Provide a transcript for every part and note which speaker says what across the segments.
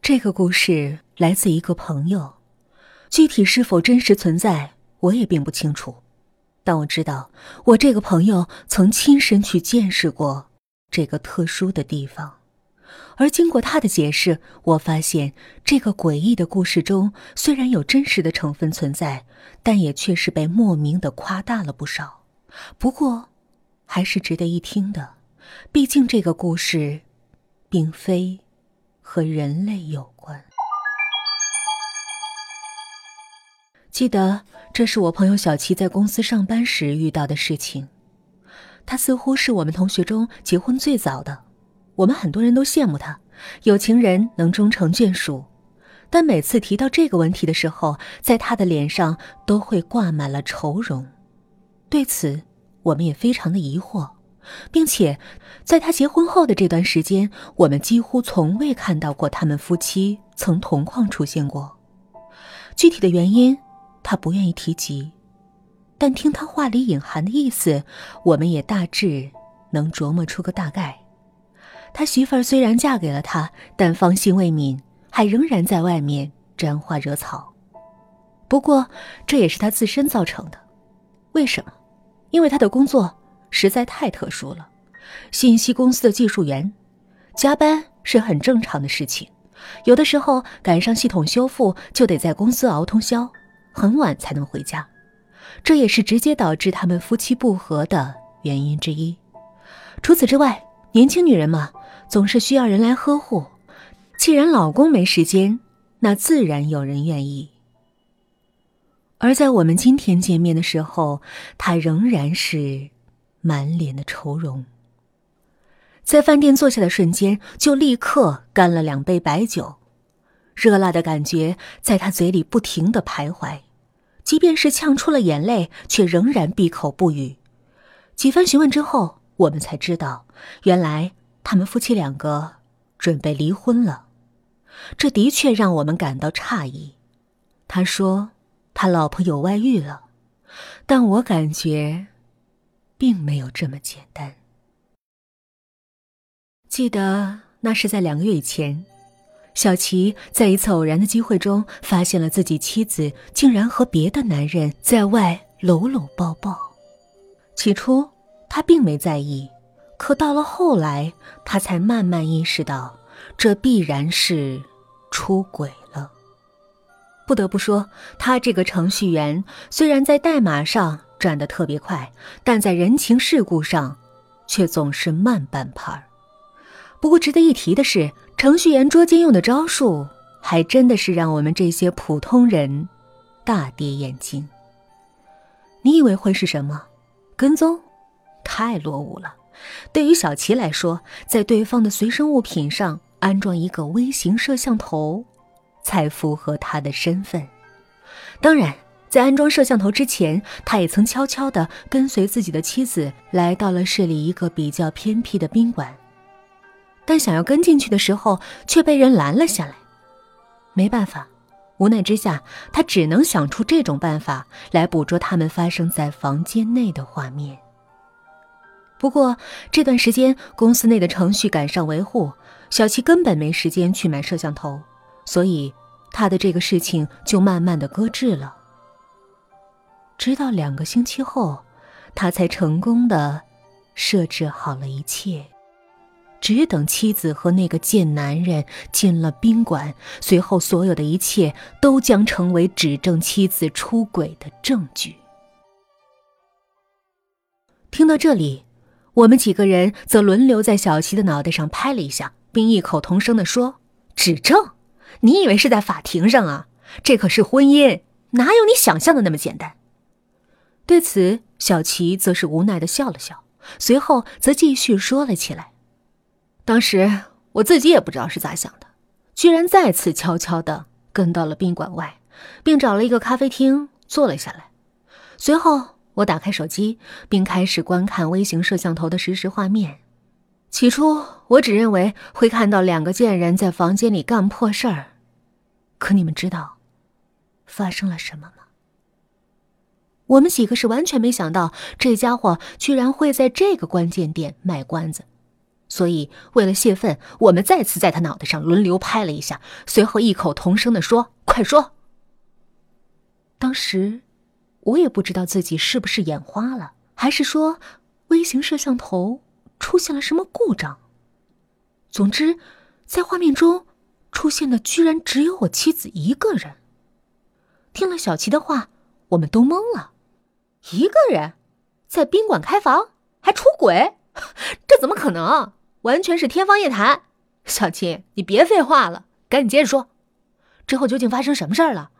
Speaker 1: 这个故事来自一个朋友，具体是否真实存在，我也并不清楚。但我知道，我这个朋友曾亲身去见识过这个特殊的地方。而经过他的解释，我发现这个诡异的故事中，虽然有真实的成分存在，但也确实被莫名地夸大了不少。不过，还是值得一听的，毕竟这个故事并非和人类有关。记得这是我朋友小琪在公司上班时遇到的事情。他似乎是我们同学中结婚最早的，我们很多人都羡慕他，有情人能终成眷属。但每次提到这个问题的时候，在他的脸上都会挂满了愁容。对此，我们也非常的疑惑，并且在他结婚后的这段时间，我们几乎从未看到过他们夫妻曾同框出现过。具体的原因，他不愿意提及，但听他话里隐含的意思，我们也大致能琢磨出个大概。他媳妇儿虽然嫁给了他，但芳心未泯，还仍然在外面沾花惹草。不过这也是他自身造成的。为什么？因为他的工作实在太特殊了，信息公司的技术员，加班是很正常的事情，有的时候赶上系统修复就得在公司熬通宵，很晚才能回家。这也是直接导致他们夫妻不和的原因之一。除此之外，年轻女人嘛，总是需要人来呵护，既然老公没时间，那自然有人愿意。而在我们今天见面的时候，她仍然是满脸的愁容。在饭店坐下的瞬间，就立刻干了2杯白酒，热辣的感觉在她嘴里不停地徘徊，即便是呛出了眼泪，却仍然闭口不语。几番询问之后，我们才知道，原来他们夫妻2个准备离婚了。这的确让我们感到诧异。他说他老婆有外遇了，但我感觉并没有这么简单。记得那是在2个月以前，小琪在一次偶然的机会中发现了自己妻子竟然和别的男人在外搂搂抱抱。起初他并没在意，可到了后来，他才慢慢意识到，这必然是出轨了。不得不说，他这个程序员虽然在代码上转得特别快，但在人情世故上却总是慢半拍。不过值得一提的是，程序员捉奸用的招数还真的是让我们这些普通人大跌眼镜。你以为会是什么？跟踪？太落伍了。对于小琪来说，在对方的随身物品上安装一个微型摄像头才符合他的身份。当然，在安装摄像头之前，他也曾悄悄地跟随自己的妻子来到了市里一个比较偏僻的宾馆，但想要跟进去的时候却被人拦了下来。没办法，无奈之下，他只能想出这种办法来捕捉他们发生在房间内的画面。不过这段时间公司内的程序赶上维护，小琪根本没时间去买摄像头，所以他的这个事情就慢慢的搁置了。直到2个星期后，他才成功的设置好了一切，只等妻子和那个贱男人进了宾馆，随后所有的一切都将成为指证妻子出轨的证据。听到这里，我们几个人则轮流在小琪的脑袋上拍了一下，并异口同声地说：指证？你以为是在法庭上啊？这可是婚姻，哪有你想象的那么简单？对此，小琪则是无奈地笑了笑，随后则继续说了起来。当时我自己也不知道是咋想的，居然再次悄悄地跟到了宾馆外，并找了一个咖啡厅坐了下来。随后我打开手机，并开始观看微型摄像头的实时画面。起初我只认为会看到2个贱人在房间里干破事儿，可你们知道发生了什么吗？我们几个是完全没想到，这家伙居然会在这个关键点卖关子。 所以为了泄愤，我们再次在他脑袋上轮流拍了一下，随后异口同声地说：快说。当时我也不知道自己是不是眼花了，还是说微型摄像头出现了什么故障。总之在画面中出现的居然只有我妻子一个人。听了小琪的话，我们都懵了。一个人在宾馆开房还出轨，这怎么可能？完全是天方夜谭。小琪，你别废话了，赶紧接着说，之后究竟发生什么事儿了？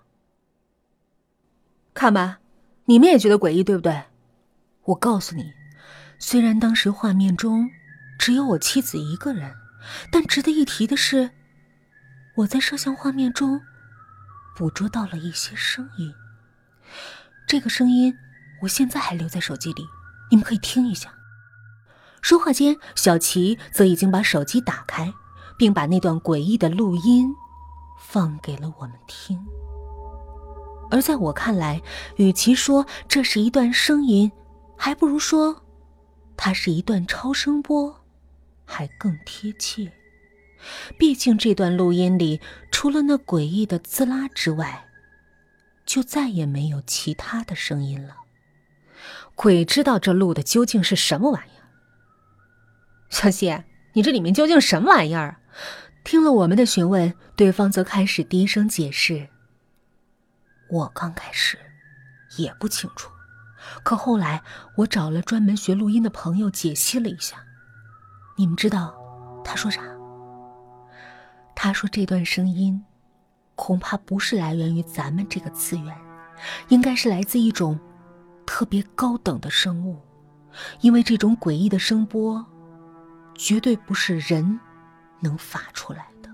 Speaker 1: 看吧，你们也觉得诡异，对不对？我告诉你，虽然当时画面中只有我妻子一个人，但值得一提的是，我在摄像画面中捕捉到了一些声音。这个声音我现在还留在手机里，你们可以听一下。说话间，小琪则已经把手机打开，并把那段诡异的录音放给了我们听。而在我看来，与其说这是一段声音，还不如说它是一段超声波还更贴切。毕竟这段录音里除了那诡异的滋啦之外，就再也没有其他的声音了。鬼知道这录的究竟是什么玩意儿。小希，你这里面究竟什么玩意儿？听了我们的询问，对方则开始低声解释。我刚开始也不清楚，可后来我找了专门学录音的朋友解析了一下。你们知道他说啥？他说这段声音恐怕不是来源于咱们这个次元，应该是来自一种特别高等的生物，因为这种诡异的声波绝对不是人能发出来的。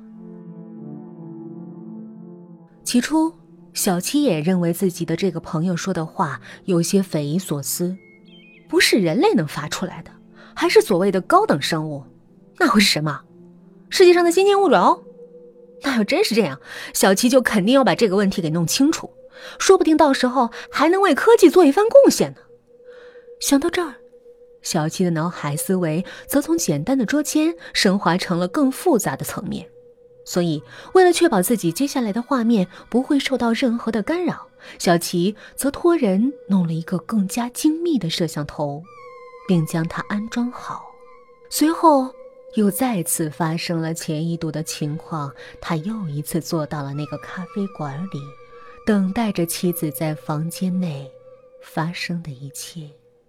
Speaker 1: 起初小七也认为自己的这个朋友说的话有些匪夷所思，不是人类能发出来的，还是所谓的高等生物，那会是什么？世界上的先进物种？那要真是这样，小七就肯定要把这个问题给弄清楚，说不定到时候还能为科技做一番贡献呢。想到这儿，小七的脑海思维则从简单的捉奸升华成了更复杂的层面。所以为了确保自己接下来的画面不会受到任何的干扰，小琪则托人弄了一个更加精密的摄像头，并将它安装好。随后又再次发生了前一度的情况，他又一次坐到了那个咖啡馆里，等待着妻子在房间内发生的一切。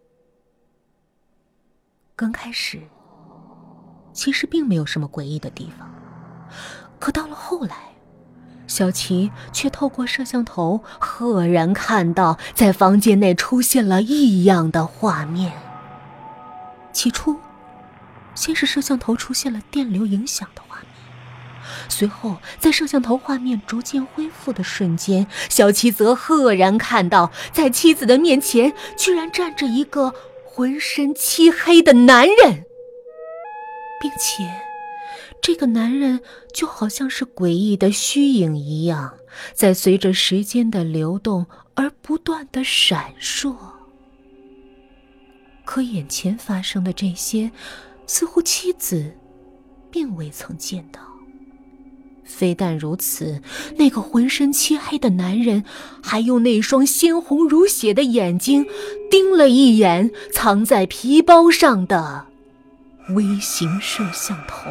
Speaker 1: 刚开始其实并没有什么诡异的地方，可到了后来，小琪却透过摄像头赫然看到在房间内出现了异样的画面。起初先是摄像头出现了电流影响的画面，随后在摄像头画面逐渐恢复的瞬间，小琪则赫然看到在妻子的面前居然站着一个浑身漆黑的男人，并且这个男人就好像是诡异的虚影一样，在随着时间的流动而不断的闪烁。可眼前发生的这些似乎妻子并未曾见到。非但如此，那个浑身漆黑的男人还用那双鲜红如血的眼睛盯了一眼藏在皮包上的微型摄像头。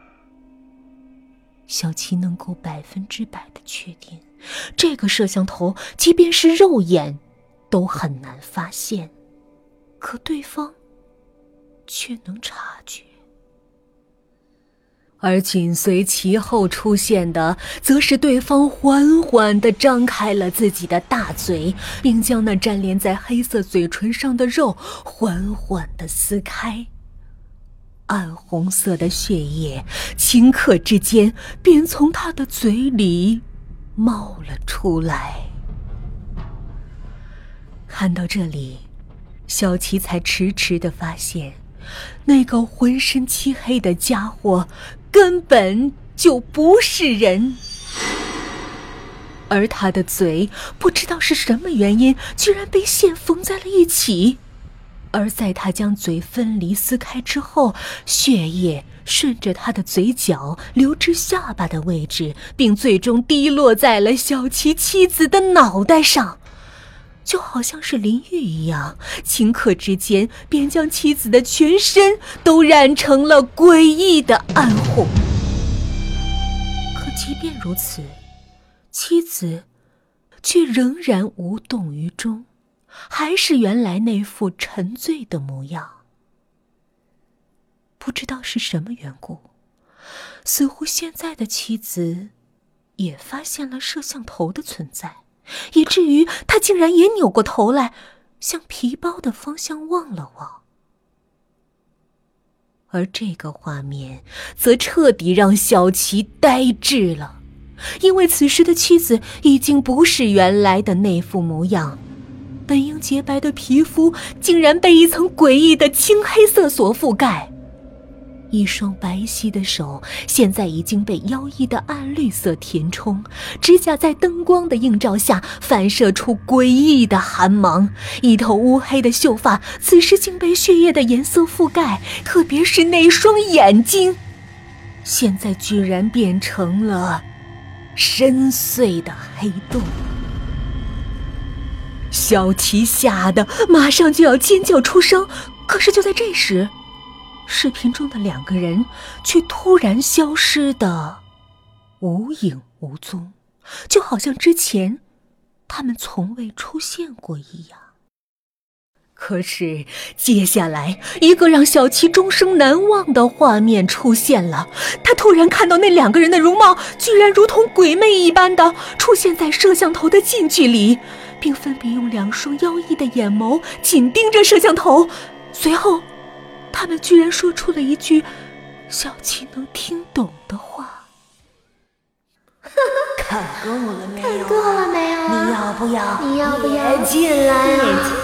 Speaker 1: 小琪能够100%的确定，这个摄像头即便是肉眼都很难发现，可对方却能察觉。而紧随其后出现的，则是对方缓缓地张开了自己的大嘴，并将那粘连在黑色嘴唇上的肉缓缓地撕开。暗红色的血液顷刻之间便从他的嘴里冒了出来。看到这里，小琪才迟迟地发现，那个浑身漆黑的家伙根本就不是人，而他的嘴不知道是什么原因居然被线缝在了一起， 而在他将嘴分离撕开之后，血液顺着他的嘴角流至下巴的位置，并最终滴落在了小琪妻子的脑袋上，就好像是淋浴一样，顷刻之间便将妻子的全身都染成了诡异的暗红。可即便如此，妻子却仍然无动于衷，还是原来那副沉醉的模样。不知道是什么缘故，似乎现在的妻子也发现了摄像头的存在，以至于他竟然也扭过头来，向皮包的方向望了望。而这个画面则彻底让小琪呆滞了，因为此时的妻子已经不是原来的那副模样，本应洁白的皮肤竟然被一层诡异的青黑色所覆盖，一双白皙的手现在已经被妖异的暗绿色填充，指甲在灯光的映照下反射出诡异的寒芒，一头乌黑的秀发此时竟被血液的颜色覆盖，特别是那双眼睛，现在居然变成了深邃的黑洞。小琪吓得马上就要尖叫出声，可是就在这时，视频中的两个人却突然消失得无影无踪，就好像之前他们从未出现过一样。可是接下来一个让小琪终生难忘的画面出现了，他突然看到那两个人的容貌居然如同鬼魅一般的出现在摄像头的近距离，并分别用两双妖异的眼眸紧盯着摄像头，随后他们居然说出了一句小琪能听懂的话。
Speaker 2: 看够了没有？
Speaker 3: 看够了没有？
Speaker 2: 你要不要？
Speaker 3: 你要不要
Speaker 2: 进来？